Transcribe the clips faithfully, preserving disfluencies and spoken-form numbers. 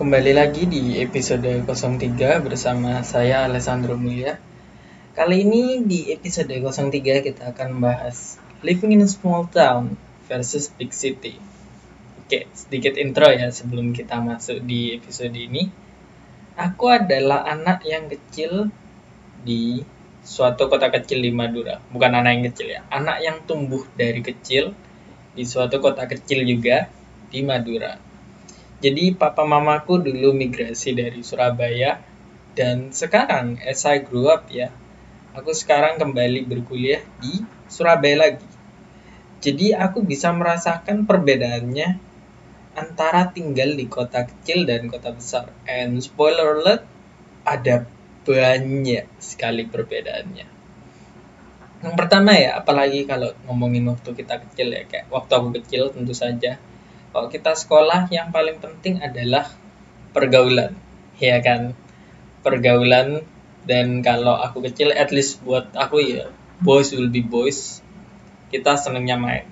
Kembali lagi di episode nol tiga bersama saya Alessandro Mulia. Kali ini di episode nol tiga kita akan membahas Living in a Small Town versus Big City. Oke, sedikit intro ya sebelum kita masuk di episode ini. Aku adalah anak yang kecil di suatu kota kecil di Madura. Bukan anak yang kecil ya, anak yang tumbuh dari kecil di suatu kota kecil juga di Madura. Jadi papa mamaku dulu migrasi dari Surabaya dan sekarang as I grew up ya, aku sekarang kembali berkuliah di Surabaya lagi. Jadi aku bisa merasakan perbedaannya antara tinggal di kota kecil dan kota besar. And spoiler alert, ada banyak sekali perbedaannya. Yang pertama ya, apalagi kalau ngomongin waktu kita kecil ya, kayak waktu aku kecil tentu saja. Kalau kita sekolah yang paling penting adalah pergaulan, ya kan? Pergaulan, dan kalau aku kecil, at least buat aku ya, boys will be boys. Kita senengnya main.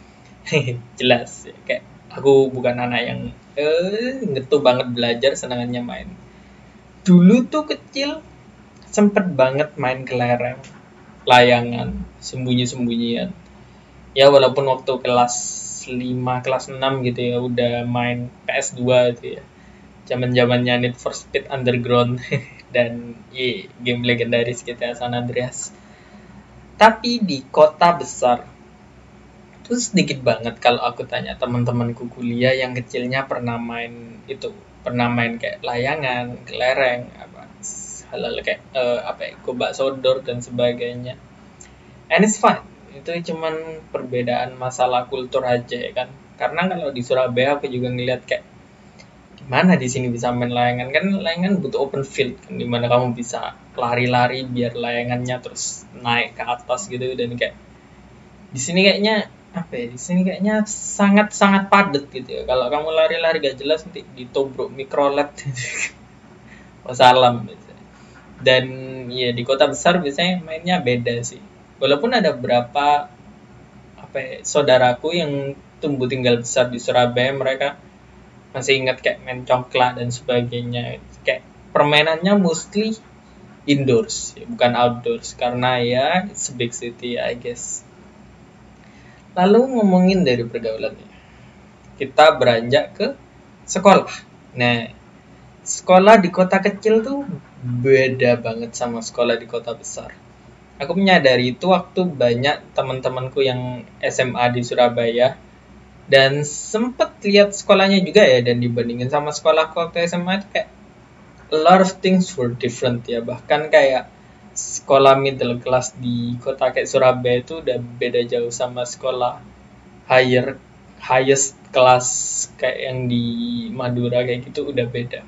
Jelas, ya. Kayak aku bukan anak yang eh, ngetu banget belajar, senengannya main. Dulu tuh kecil, sempet banget main kelereng, layangan, sembunyi-sembunyian. Ya walaupun waktu kelas lima, kelas enam gitu ya udah main P S dua itu ya. Zaman-zamannya Need for Speed Underground dan yeah, game legendaris G T A San Andreas. Tapi di kota besar itu sedikit banget kalau aku tanya teman-temanku kuliah yang kecilnya pernah main itu, pernah main kayak layangan, kelereng, apa hal-hal kayak uh, apa ya, gobak sodor dan sebagainya. And it's fine. Itu cuman perbedaan masalah kultur aja ya kan. Karena kalau di Surabaya aku juga ngeliat kayak gimana di sini bisa main layangan, kan layangan butuh open field kan, dimana kamu bisa lari-lari biar layangannya terus naik ke atas gitu, dan kayak di sini kayaknya apa ya, di sini kayaknya sangat-sangat padat gitu ya. Kalau kamu lari-lari gak jelas nanti ditobruk mikrolet wassalam gitu. Dan ya di kota besar biasanya mainnya beda sih. Walaupun ada beberapa apa ya, saudaraku yang tumbuh tinggal besar di Surabaya, mereka masih ingat kayak main congklak dan sebagainya. Kayak permainannya mostly indoors, ya, bukan outdoors, karena ya it's a big city I guess. Lalu ngomongin dari pergaulannya, kita beranjak ke sekolah. Nah, sekolah di kota kecil tuh beda banget sama sekolah di kota besar. Aku menyadari itu waktu banyak teman-temanku yang S M A di Surabaya dan sempet lihat sekolahnya juga ya, dan dibandingin sama sekolahku waktu S M A itu kayak a lot of things were different ya. Bahkan kayak sekolah middle class di kota kayak Surabaya itu udah beda jauh sama sekolah higher highest class kayak yang di Madura kayak gitu, udah beda.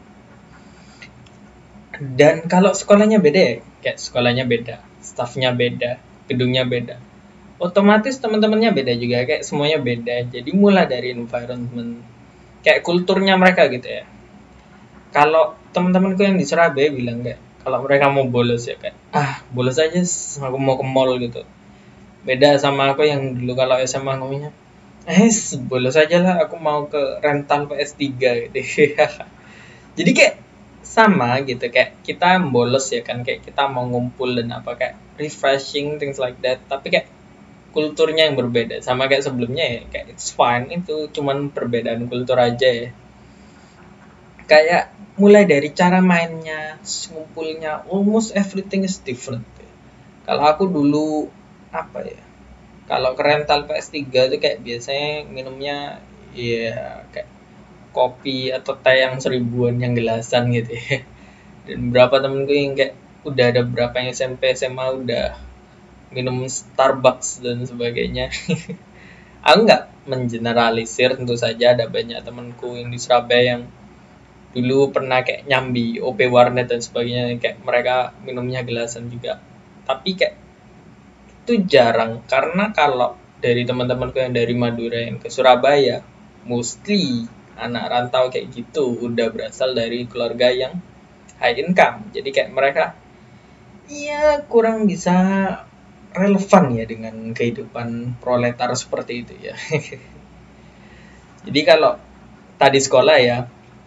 Dan kalau sekolahnya beda ya, kayak sekolahnya beda, staffnya beda, gedungnya beda, otomatis teman-temannya beda juga, kayak semuanya beda. Jadi mulai dari environment, kayak kulturnya mereka gitu ya. Kalau teman-temanku yang di Surabaya bilang kayak kalau mereka mau bolos ya kayak ah bolos aja, aku mau ke mall gitu. Beda sama aku yang dulu kalau S M A ngomongnya eh bolos aja lah, aku mau ke rental P S tiga gitu. Jadi kayak sama gitu, kayak kita bolos ya kan, kayak kita mau ngumpul dan apa, kayak refreshing things like that, tapi kayak kulturnya yang berbeda. Sama kayak sebelumnya ya, kayak it's fine, itu cuman perbedaan kultur aja ya. Kayak mulai dari cara mainnya, ngumpulnya, almost everything is different. Kalau aku dulu apa ya, kalau ke rental P S tiga tuh kayak biasanya minumnya ya kayak kopi atau teh yang seribuan yang gelasan gitu ya. Dan beberapa temenku yang kayak udah ada berapa yang S M P S M A udah minum Starbucks dan sebagainya. Aku nggak mengeneralisir, tentu saja ada banyak temenku yang di Surabaya yang dulu pernah kayak nyambi O P warnet dan sebagainya, kayak mereka minumnya gelasan juga. Tapi kayak itu jarang, karena kalau dari teman-temanku yang dari Madura yang ke Surabaya, mostly anak rantau kayak gitu udah berasal dari keluarga yang high income. Jadi kayak mereka iya kurang bisa relevan ya dengan kehidupan proletar seperti itu ya. Jadi kalau tadi sekolah ya,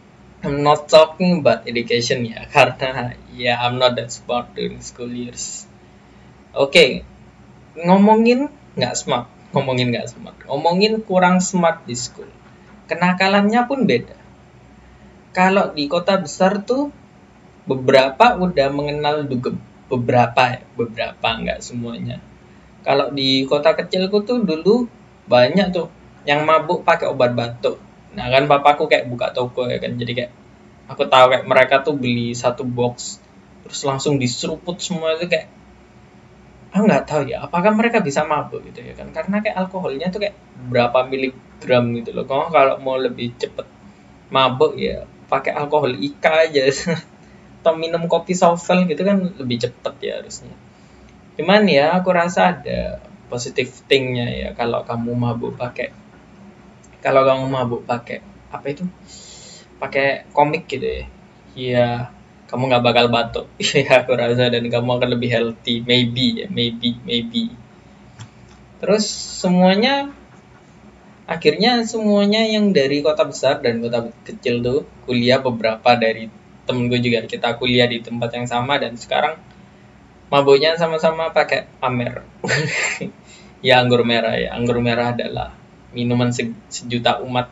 I'm not talking about education ya, karena ya I'm not that smart during school years. Oke, okay, ngomongin nggak smart, ngomongin nggak smart, ngomongin kurang smart di school. Kenakalannya pun beda. Kalau di kota besar tuh beberapa udah mengenal dugem, beberapa ya, beberapa nggak semuanya. Kalau di kota kecilku tuh dulu banyak tuh yang mabuk pakai obat batuk. Nah kan papaku kayak buka toko ya kan, jadi kayak aku tahu kayak mereka tuh beli satu box terus langsung diseruput semua itu kayak aku nggak tahu ya apakah mereka bisa mabuk gitu ya kan, karena kayak alkoholnya tuh kayak berapa miligram gitu loh. Kalau kalau mau lebih cepet mabuk ya pakai alkohol Ika aja atau minum kopi Sofel gitu kan lebih cepet ya harusnya. Cuman ya aku rasa ada positive thing-nya ya kalau kamu mabuk pakai kalau kamu mabuk pakai apa itu pakai komik gitu ya, ya kamu nggak bakal batuk. Ya aku rasa, dan kamu akan lebih healthy, maybe ya, maybe maybe. Terus semuanya akhirnya semuanya yang dari kota besar dan kota kecil tuh kuliah, beberapa dari temenku juga kita kuliah di tempat yang sama, dan sekarang mabuknya sama-sama pakai Amer. Ya anggur merah ya, anggur merah adalah minuman sejuta umat.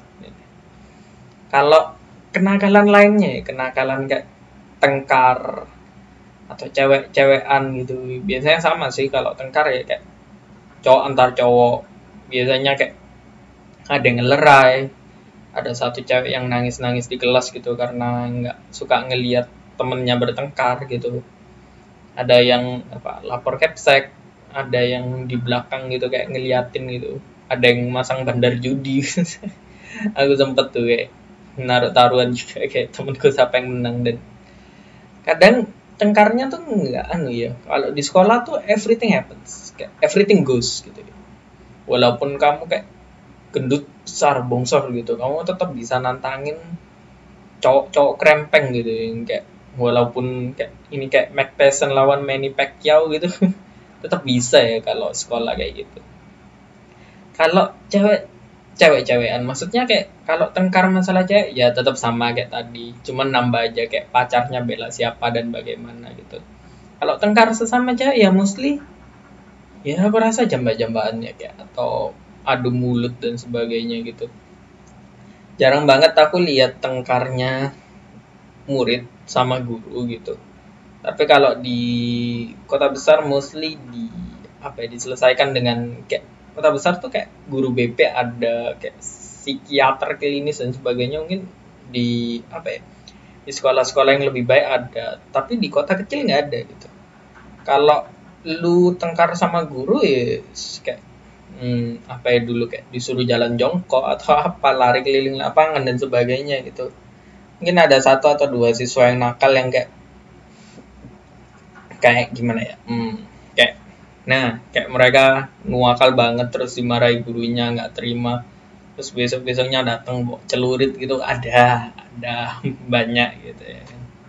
Kalau kenakalan lainnya, kenakalan kayak tengkar atau cewek-cewekan gitu, biasanya sama sih. Kalau tengkar ya kayak cowok antar cowok, biasanya kayak ada yang ngelerai, ada satu cewek yang nangis-nangis di kelas gitu karena nggak suka ngelihat temennya bertengkar gitu. Ada yang apa lapor Kepsek, ada yang di belakang gitu kayak ngeliatin gitu, ada yang masang bandar judi. Aku sempet tuh kayak naruh taruhan juga kayak temenku siapa yang menang, dan kadang tengkarnya tuh nggak anu ya, kalau di sekolah tuh everything happens, kayak everything goes gitu ya. Walaupun kamu kayak gendut besar bongsor gitu, kamu tetap bisa nantangin cowok-cowok krempeng gitu yang kayak walaupun kayak ini kayak Mike Tyson lawan Manny Pacquiao gitu. Tetap bisa ya kalau sekolah kayak gitu. Kalau cewek cewek-cewekan maksudnya kayak kalau tengkar masalah cewek ya tetap sama kayak tadi, cuman nambah aja kayak pacarnya bela siapa dan bagaimana gitu. Kalau tengkar sesama cewek ya mostly ya aku rasa jamba-jambaannya kayak atau adu mulut dan sebagainya gitu. Jarang banget aku lihat tengkarnya murid sama guru gitu. Tapi kalau di kota besar mostly di apa ya, diselesaikan dengan kayak kota besar tuh kayak guru B P ada, kayak psikiater klinis dan sebagainya. Mungkin di apa ya, di sekolah-sekolah yang lebih baik ada, tapi di kota kecil nggak ada gitu. Kalau lu tengkar sama guru ya kayak hmm, apa ya dulu kayak disuruh jalan jongkok atau apa, lari keliling lapangan dan sebagainya gitu. Mungkin ada satu atau dua siswa yang nakal yang kayak kayak gimana ya, hmm, kayak nah kayak mereka nuakal banget terus dimarahi gurunya nggak terima, terus besok besoknya datang bawa celurit gitu, ada ada banyak gitu ya.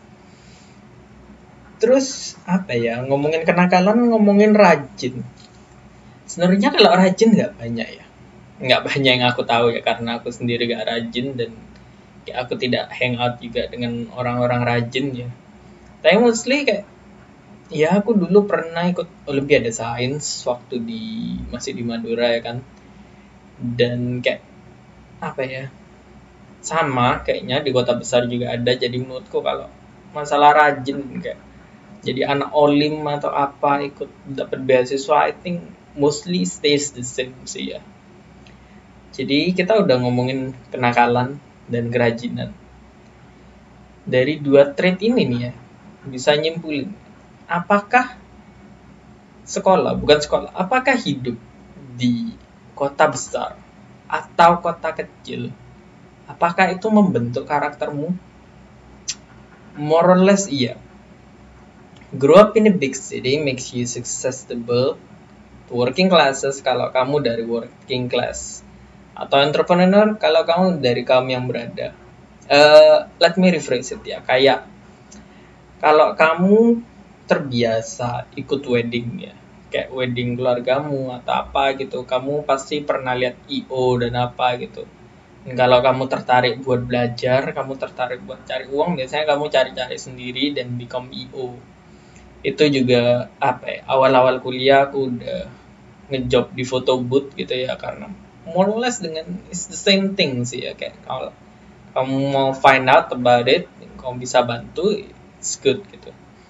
Terus apa ya, ngomongin kenakalan, ngomongin rajin. Sebenarnya kalau rajin nggak banyak ya, nggak banyak yang aku tahu ya, karena aku sendiri nggak rajin dan kayak aku tidak hangout juga dengan orang-orang rajin ya. Tapi mostly kayak ya aku dulu pernah ikut Olimpiade Sains waktu di masih di Madura ya kan, dan kayak apa ya, sama kayaknya di kota besar juga ada. Jadi menurutku kalau masalah rajin kayak jadi anak olim atau apa ikut dapat beasiswa, I think mostly stays the same sih ya. Jadi kita udah ngomongin kenakalan dan kerajinan. Dari dua trait ini nih ya bisa nyimpulin apakah sekolah, bukan sekolah, apakah hidup di kota besar atau kota kecil, apakah itu membentuk karaktermu? More or less iya. Grow up in a big city makes you successful to working classes kalau kamu dari working class, atau entrepreneur kalau kamu dari kaum yang berada. Uh, let me rephrase it ya, kayak kalau kamu terbiasa ikut wedding ya, kayak wedding keluargamu atau apa gitu, kamu pasti pernah lihat I O dan apa gitu. Kalau kamu tertarik buat belajar, kamu tertarik buat cari uang, biasanya kamu cari-cari sendiri dan become I O. Itu juga apa ya, awal-awal kuliah aku udah ngejob di photo booth gitu ya, karena more or less dengan it's the same thing sih ya, kayak kalau kamu mau find out about it, kamu bisa bantu, it's good gitu.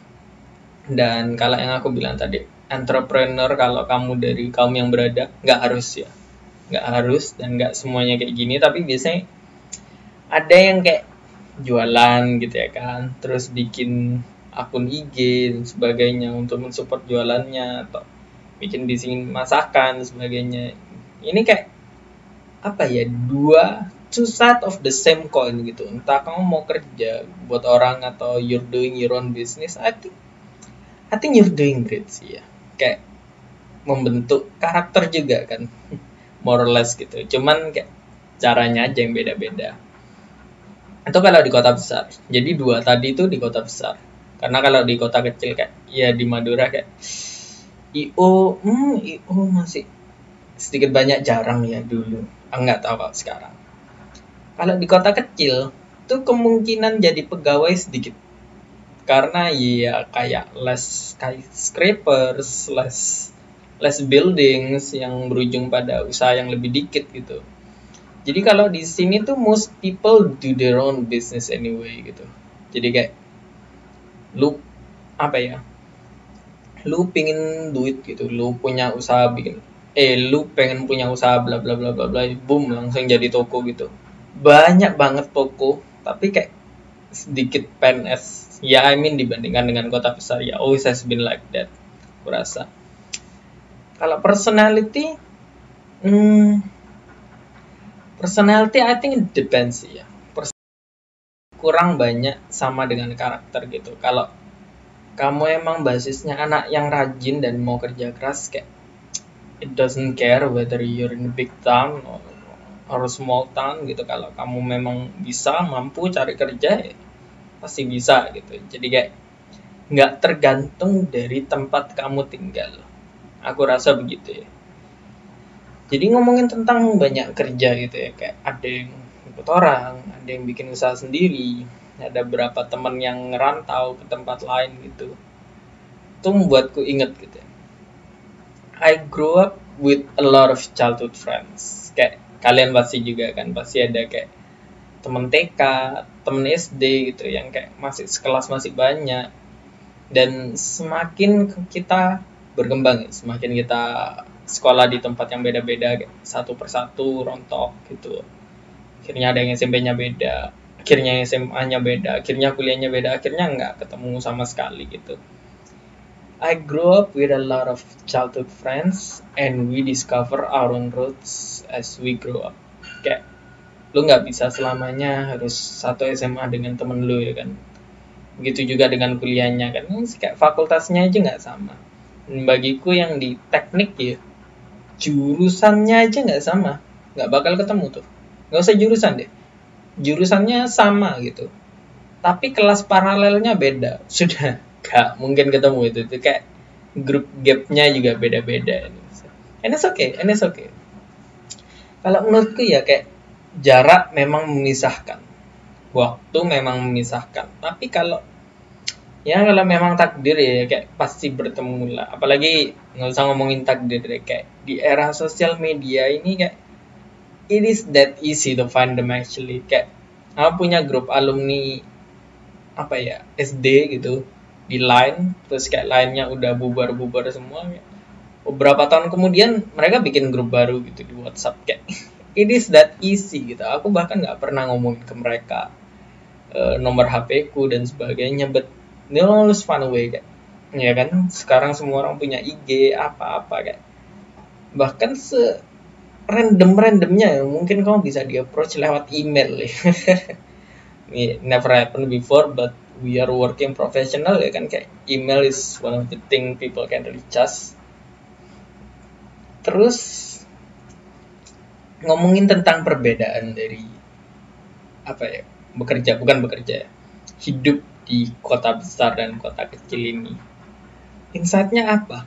Dan kalau yang aku bilang tadi, entrepreneur kalau kamu dari kaum yang berada, nggak harus ya, nggak harus dan nggak semuanya kayak gini, tapi biasanya ada yang kayak jualan gitu ya kan, terus bikin akun I G dan sebagainya untuk mensupport jualannya, atau bikin di sini masakan dan sebagainya. Ini kayak apa ya, dua two side of the same coin gitu. Entah kamu mau kerja buat orang atau you're doing your own business, I think I think you're doing great sih ya. Kayak membentuk karakter juga kan, more or less gitu. Cuman kayak caranya aja yang beda-beda. Itu kalau di kota besar. Jadi dua tadi itu di kota besar. Karena kalau di kota kecil kayak ya di Madura kayak I O, hmm, I O masih sedikit banyak jarang ya dulu. Enggak tahu kalau sekarang. Kalau di kota kecil tuh kemungkinan jadi pegawai sedikit. Karena ya kayak less skyscrapers, less less buildings yang berujung pada usaha yang lebih dikit gitu. Jadi kalau di sini tuh most people do their own business anyway gitu. Jadi kayak lu apa ya, lu pingin duit gitu, lu punya usaha bikin, eh lu pengen punya usaha bla bla bla bla bla, boom langsung jadi toko gitu. Banyak banget toko, tapi kayak sedikit P N S. Ya I mean dibandingkan dengan kota besar ya, always has been like that. Aku rasa. Kalau personality, hmm, personality I think it depends ya. Kurang banyak sama dengan karakter gitu. Kalau kamu emang basisnya anak yang rajin dan mau kerja keras, kayak it doesn't care whether you're in a big town or, or a small town gitu. Kalau kamu memang bisa, mampu cari kerja, ya pasti bisa gitu. Jadi kayak nggak tergantung dari tempat kamu tinggal. Aku rasa begitu ya. Jadi ngomongin tentang banyak kerja gitu ya, kayak ada yang ikut orang, ada yang bikin usaha sendiri, ada beberapa teman yang ngerantau ke tempat lain gitu. Itu membuatku inget gitu. I grew up with a lot of childhood friends. Kayak kalian pasti juga kan, pasti ada kayak temen T K, temen S D gitu yang kayak masih sekelas masih banyak. Dan semakin kita berkembang ya, semakin kita sekolah di tempat yang beda-beda, kayak satu persatu rontok gitu. Akhirnya ada yang S M P-nya beda, akhirnya S M A-nya beda, akhirnya kuliahnya beda, akhirnya nggak ketemu sama sekali gitu. I grew up with a lot of childhood friends and we discover our own roots as we grow up. Kayak lu nggak bisa selamanya harus satu S M A dengan temen lu ya kan. Begitu juga dengan kuliahnya kan, kayak fakultasnya aja nggak sama. Dan bagiku yang di teknik ya, jurusannya aja nggak sama, nggak bakal ketemu tuh. Nggak usah jurusan deh, jurusannya sama gitu, tapi kelas paralelnya beda, sudah gak mungkin ketemu itu. Itu kayak grup gapnya juga beda-beda. And it's okay, and it's okay. Kalau menurutku ya kayak jarak memang memisahkan, waktu memang memisahkan, tapi kalau ya kalau memang takdir ya kayak pasti bertemu lah. Apalagi nggak usah ngomongin takdir deh, kayak di era sosial media ini kayak it is that easy to find them actually. Kayak aku punya grup alumni apa ya S D gitu di Line, terus kayak Line-nya udah bubar-bubar semua. Beberapa tahun kemudian mereka bikin grup baru gitu di WhatsApp, kayak it is that easy gitu. Aku bahkan nggak pernah ngomongin ke mereka uh, nomor H P ku dan sebagainya, but they always find a way kayak, ya kan sekarang semua orang punya I G apa-apa, kayak bahkan se random-randomnya mungkin kamu bisa di approach lewat email ya. It never happened before, but we are working professional ya kan, kayak email is one of the thing people can reach us. Terus ngomongin tentang perbedaan dari apa ya, bekerja bukan bekerja, hidup di kota besar dan kota kecil ini. Insight-nya apa?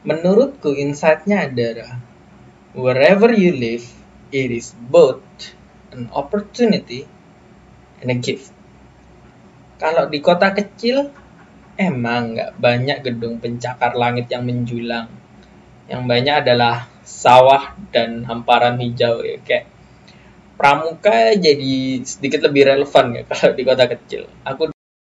Menurutku insight-nya adalah wherever you live, it is both an opportunity and a gift. Kalau di kota kecil, emang nggak banyak gedung pencakar langit yang menjulang. Yang banyak adalah sawah dan hamparan hijau ya. Kayak pramuka jadi sedikit lebih relevan ya kalau di kota kecil. Aku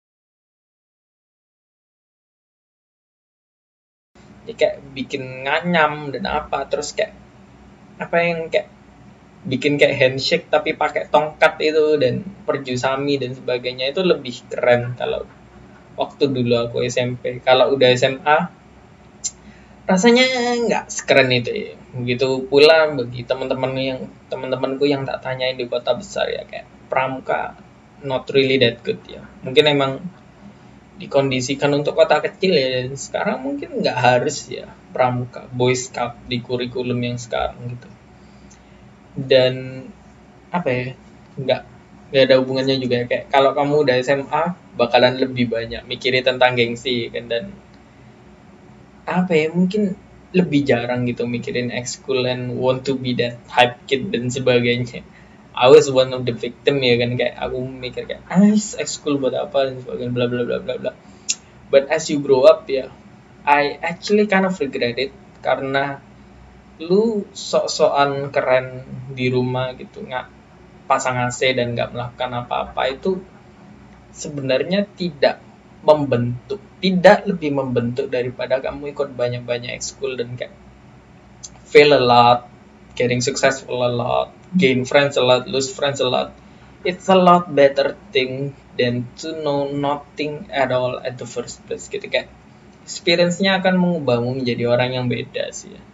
ya kayak bikin nganyam dan apa, terus kayak apa yang kayak bikin kayak handshake tapi pakai tongkat itu dan perjusami dan sebagainya itu lebih keren kalau waktu dulu aku S M P. Kalau udah S M A rasanya nggak sekeren itu ya. Begitu pula bagi teman-teman yang teman-temanku yang tak tanyain di kota besar ya, kayak pramuka not really that good ya. Mungkin emang dikondisikan untuk kota kecil ya, dan sekarang mungkin nggak harus ya pramuka boy scout di kurikulum yang sekarang gitu. Dan apa ya, nggak nggak ada hubungannya juga ya. Kayak kalau kamu udah S M A bakalan lebih banyak mikirin tentang gengsi kan, dan apa ya, mungkin lebih jarang gitu mikirin ekskul and want to be that hype kid dan sebagainya. I was one of the victim ya kan, kayak aku mikir kayak ah ekskul buat apa dan sebagainya bla bla bla bla bla. But as you grow up ya, I actually kind of regret it, karena lu sok-sokan keren di rumah gitu, nggak pasang A C dan nggak melakukan apa-apa, itu sebenarnya tidak membentuk, tidak lebih membentuk daripada kamu ikut banyak-banyak ekskul dan kayak fail a lot, getting successful a lot, gain friends a lot, lose friends a lot. It's a lot better thing than to know nothing at all at the first place gitu. Kayak experience-nya akan mengubahmu menjadi orang yang beda sih ya.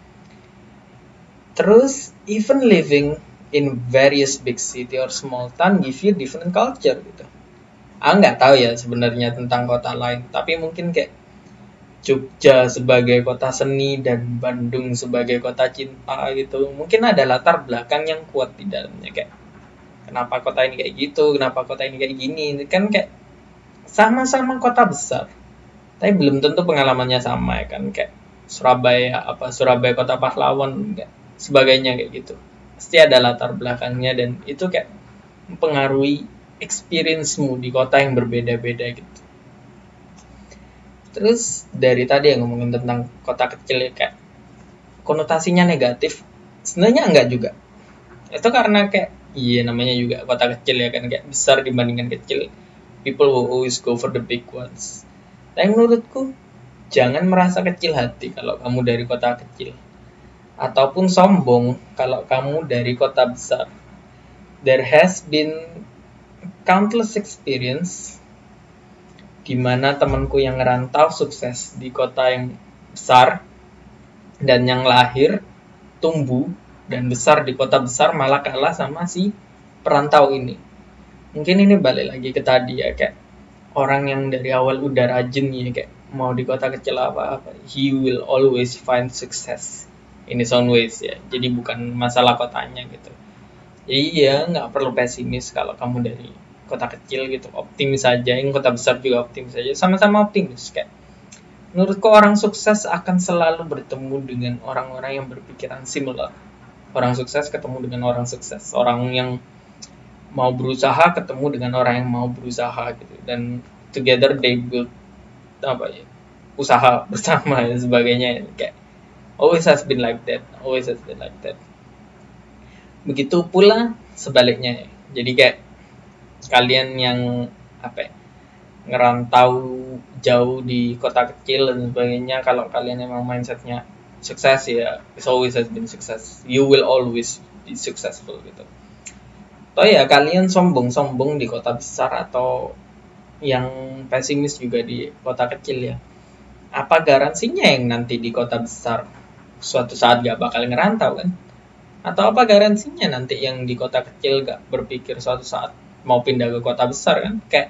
Terus even living in various big city or small town give you different culture gitu. Aku nggak tahu ya sebenarnya tentang kota lain, tapi mungkin kayak Jogja sebagai kota seni dan Bandung sebagai kota cinta gitu, mungkin ada latar belakang yang kuat di dalamnya, kayak kenapa kota ini kayak gitu, kenapa kota ini kayak gini, kan kayak sama-sama kota besar, tapi belum tentu pengalamannya sama ya kan, kayak Surabaya apa Surabaya kota pahlawan kayak sebagainya kayak gitu, pasti ada latar belakangnya dan itu kayak mempengaruhi experience-mu di kota yang berbeda-beda gitu. Terus dari tadi yang ngomongin tentang kota kecil ya, kayak konotasinya negatif, sebenarnya enggak juga. Itu karena kayak iya namanya juga kota kecil ya kan, kayak besar dibandingkan kecil. People will always go for the big ones. Tapi menurutku jangan merasa kecil hati kalau kamu dari kota kecil, ataupun sombong kalau kamu dari kota besar. There has been countless experience di mana temanku yang ngerantau sukses di kota yang besar dan yang lahir, tumbuh dan besar di kota besar malah kalah sama si perantau ini. Mungkin ini balik lagi ke tadi ya, kayak orang yang dari awal udah rajin ya, kayak mau di kota kecil apa-apa, he will always find success in his own ways ya. Jadi bukan masalah kotanya gitu. Iya, nggak perlu pesimis kalau kamu dari kota kecil gitu, optimis saja. Yang kota besar juga optimis saja, sama-sama optimis. Kayak menurutku orang sukses akan selalu bertemu dengan orang-orang yang berpikiran similar. Orang sukses ketemu dengan orang sukses, orang yang mau berusaha ketemu dengan orang yang mau berusaha gitu, dan together they build apa ya, usaha bersama dan sebagainya. Kayak always has been like that, always has been like that. Begitu pula sebaliknya. Jadi kayak kalian yang apa ya, ngerantau jauh di kota kecil dan sebagainya, kalau kalian emang mindsetnya sukses ya, it's always has been success, you will always be successful gitu. Toh ya kalian sombong-sombong di kota besar atau yang pesimis juga di kota kecil ya, apa garansinya yang nanti di kota besar suatu saat gak bakal ngerantau kan? Atau apa garansinya nanti yang di kota kecil gak berpikir suatu saat mau pindah ke kota besar kan? Kayak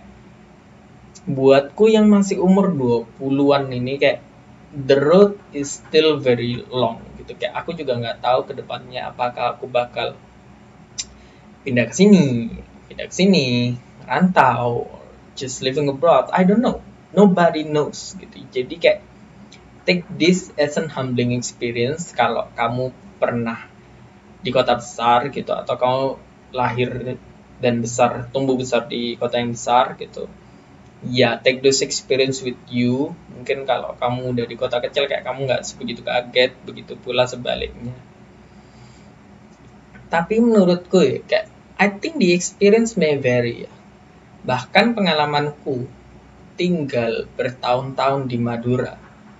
buatku yang masih umur dua puluhan ini, kayak the road is still very long gitu. Kayak aku juga gak tahu ke depannya apakah aku bakal pindah ke sini, pindah ke sini, rantau, just living abroad. I don't know. Nobody knows gitu. Jadi kayak take this as an humbling experience kalau kamu pernah di kota besar gitu, atau kamu lahir dan besar, tumbuh besar di kota yang besar gitu. Ya, take those experience with you. Mungkin kalau kamu udah di kota kecil kayak kamu nggak sebegitu kaget, begitu pula sebaliknya. Tapi menurutku ya, kayak I think the experience may vary ya. Bahkan pengalamanku tinggal bertahun-tahun di Madura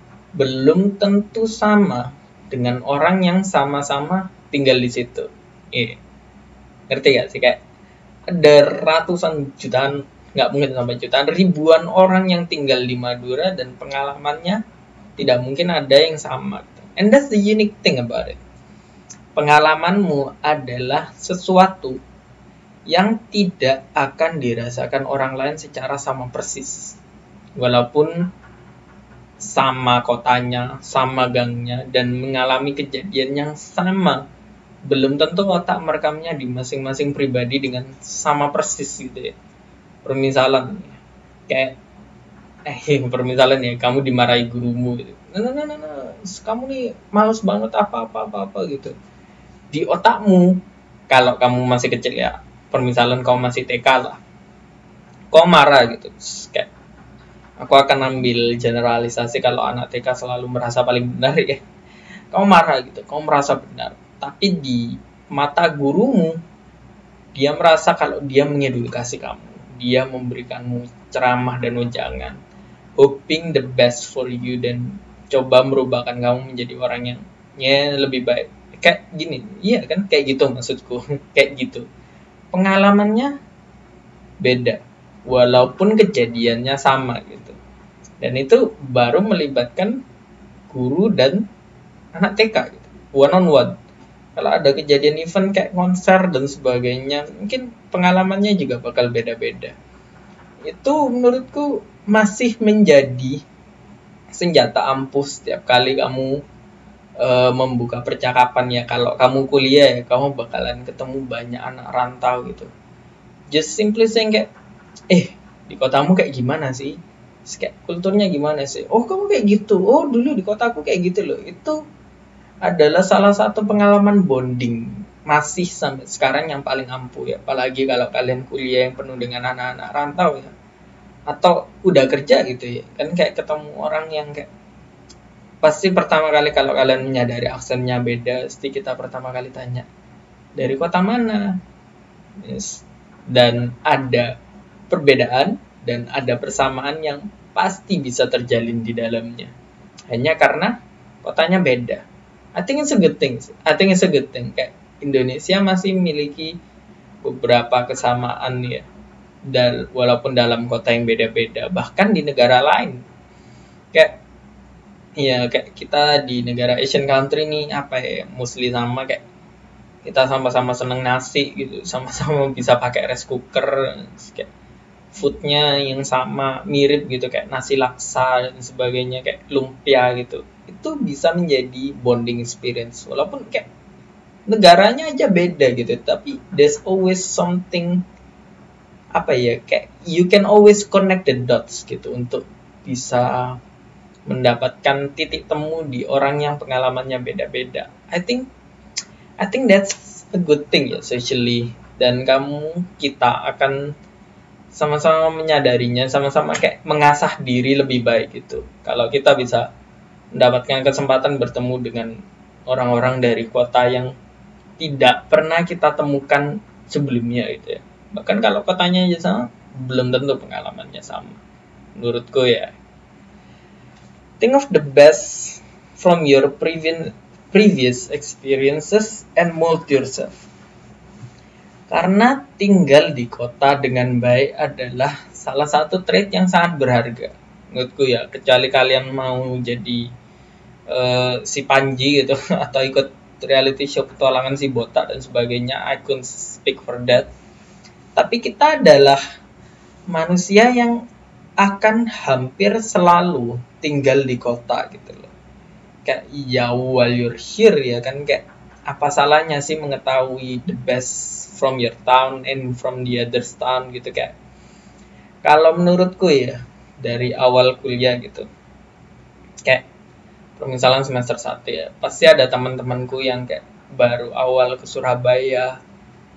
belum tentu sama dengan orang yang sama-sama tinggal di situ. Iya. Ngerti gak sih? Kayak ada ratusan jutaan, nggak mungkin sampai jutaan, ribuan orang yang tinggal di Madura dan pengalamannya tidak mungkin ada yang sama. And that's the unique thing about it. Pengalamanmu adalah sesuatu yang tidak akan dirasakan orang lain secara sama persis. Walaupun sama kotanya, sama gangnya, dan mengalami kejadian yang sama, belum tentu otak merekamnya di masing-masing pribadi dengan sama persis gitu ya. Permisalan, kayak eh permisalan ya, kamu dimarahi gurumu gitu. Nah, nah, nah, nah, kamu nih males banget apa-apa-apa gitu. Di otakmu, kalau kamu masih kecil ya, permisalan kamu masih T K lah, kau marah gitu, kayak aku akan ambil generalisasi kalau anak T K selalu merasa paling benar ya. Kamu marah gitu, kamu merasa benar. Tapi di mata gurumu, dia merasa kalau dia mengedukasi kamu. Dia memberikanmu ceramah dan wejangan. Hoping the best for you dan coba merubahkan kamu menjadi orang yang ya, lebih baik. Kayak gini, iya kan? Kayak gitu maksudku. Kayak gitu. Pengalamannya beda. Walaupun kejadiannya sama gitu. Dan itu baru melibatkan guru dan anak T K gitu. One on one. Kalau ada kejadian event kayak konser dan sebagainya, mungkin pengalamannya juga bakal beda-beda. Itu menurutku masih menjadi senjata ampuh setiap kali kamu e, membuka percakapan ya. Kalau kamu kuliah ya, kamu bakalan ketemu banyak anak rantau gitu. Just simply saying kayak, eh di kotamu kayak gimana sih? Kayak kulturnya gimana sih? Oh kamu kayak gitu. Oh dulu di kotaku kayak gitu loh. Itu adalah salah satu pengalaman bonding masih sampai sekarang yang paling ampuh ya. Apalagi kalau kalian kuliah yang penuh dengan anak-anak rantau ya. Atau udah kerja gitu ya. Kan kayak ketemu orang yang kayak pasti pertama kali kalau kalian menyadari aksennya beda, pasti kita pertama kali tanya, dari kota mana? Yes. Dan ada perbedaan dan ada persamaan yang pasti bisa terjalin di dalamnya. Hanya karena kotanya beda. I think it's a good thing. I think it's a good thing. Kayak Indonesia masih memiliki beberapa kesamaan ya. Dan walaupun dalam kota yang beda-beda, bahkan di negara lain. Kayak ya kayak kita di negara Asian country nih apa ya, mostly sama kayak kita sama-sama seneng nasi gitu, sama-sama bisa pakai rice cooker, kayak foodnya yang sama, mirip gitu kayak nasi laksa dan sebagainya, kayak lumpia gitu. Itu bisa menjadi bonding experience walaupun kayak negaranya aja beda gitu, tapi there's always something apa ya, kayak you can always connect the dots gitu untuk bisa mendapatkan titik temu di orang yang pengalamannya beda-beda. I think I think that's a good thing ya socially, dan kamu kita akan sama-sama menyadarinya, sama-sama kayak mengasah diri lebih baik gitu. Kalau kita bisa mendapatkan kesempatan bertemu dengan orang-orang dari kota yang tidak pernah kita temukan sebelumnya gitu ya. Bahkan kalau kotanya aja sama, belum tentu pengalamannya sama. Menurutku ya. Think of the best from your previous previous experiences and mold yourself. Karena tinggal di kota dengan baik adalah salah satu trait yang sangat berharga menurutku ya, kecuali kalian mau jadi uh, si Panji gitu atau ikut reality show petualangan si botak dan sebagainya. I couldn't speak for that. Tapi kita adalah manusia yang akan hampir selalu tinggal di kota gitu loh. Kayak ya while you're here ya kan, kayak apa salahnya sih mengetahui the best from your town and from the other town gitu. Kayak kalau menurutku ya dari awal kuliah gitu, kayak permisalan semester satu ya, pasti ada teman-temanku yang kayak baru awal ke Surabaya,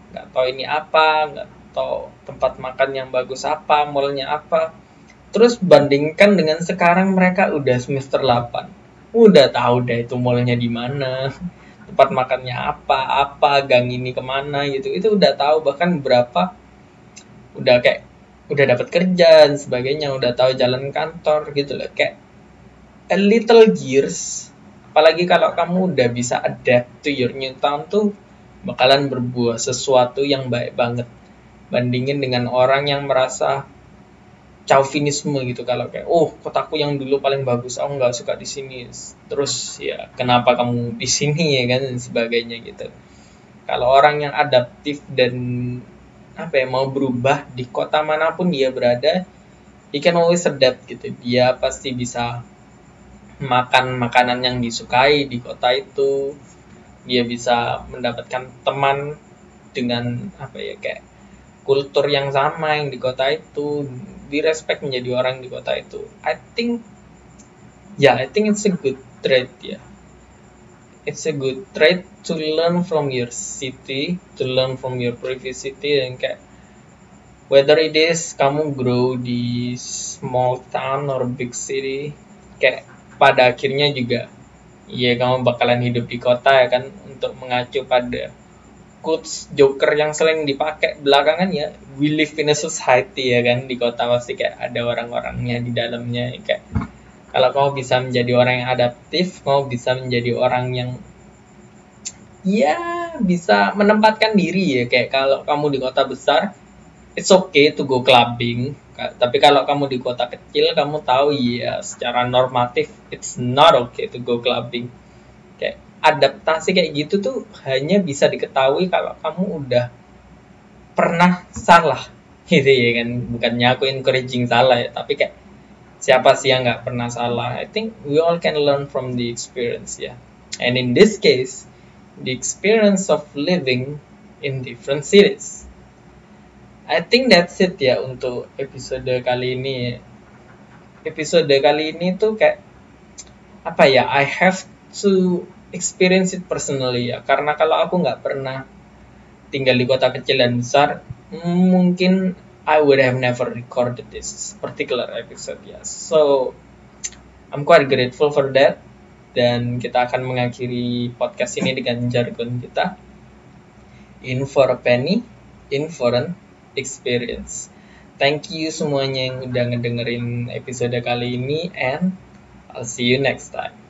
nggak tahu ini apa, nggak tahu tempat makan yang bagus apa, mallnya apa. Terus bandingkan dengan sekarang mereka udah semester delapan, udah tahu deh itu mallnya di mana, tempat makannya apa, apa gang ini kemana gitu, itu udah tahu. Bahkan berapa udah kayak udah dapat kerja dan sebagainya, udah tahu jalan kantor gitu loh, kayak a little years. Apalagi kalau kamu udah bisa adapt to your new town tuh bakalan berbuah sesuatu yang baik banget. Bandingin dengan orang yang merasa chauvinisme gitu, kalau kayak oh kotaku yang dulu paling bagus, aku nggak suka di sini, terus ya kenapa kamu di sini ya kan, dan sebagainya gitu. Kalau orang yang adaptif dan apa ya, mau berubah di kota manapun dia berada, he can always adapt gitu. Dia pasti bisa makan makanan yang disukai di kota itu, dia bisa mendapatkan teman dengan apa ya, kayak kultur yang sama yang di kota itu, direspek menjadi orang di kota itu. I think yeah, I think it's a good trait ya. Yeah. It's a good trait to learn from your city, to learn from your previous city, dan kayak whether it is kamu grow di small town or big city, kayak pada akhirnya juga ya kamu bakalan hidup di kota ya kan, untuk mengacu pada quotes Joker yang sering dipakai belakangan ya, we live in a society ya kan, di kota pasti kayak ada orang-orangnya di dalamnya. Kayak kalau kamu bisa menjadi orang yang adaptif, kamu bisa menjadi orang yang ya bisa menempatkan diri ya. Kayak kalau kamu di kota besar, it's okay to go clubbing, tapi kalau kamu di kota kecil, kamu tahu ya secara normatif it's not okay to go clubbing. Kayak adaptasi kayak gitu tuh hanya bisa diketahui kalau kamu udah pernah salah gitu ya kan. Bukannya aku encouraging salah ya, tapi kayak siapa sih yang nggak pernah salah. I think we all can learn from the experience ya. And in this case, the experience of living in different cities. I think that's it ya untuk episode kali ini. Episode kali ini tuh kayak apa ya, I have to experience it personally ya, karena kalau aku nggak pernah tinggal di kota kecil dan besar, mungkin I would have never recorded this particular episode ya. So I'm quite grateful for that, dan kita akan mengakhiri podcast ini dengan jargon kita, in for a penny, in for an experience. Thank you semuanya yang udah ngedengerin episode kali ini, and I'll see you next time.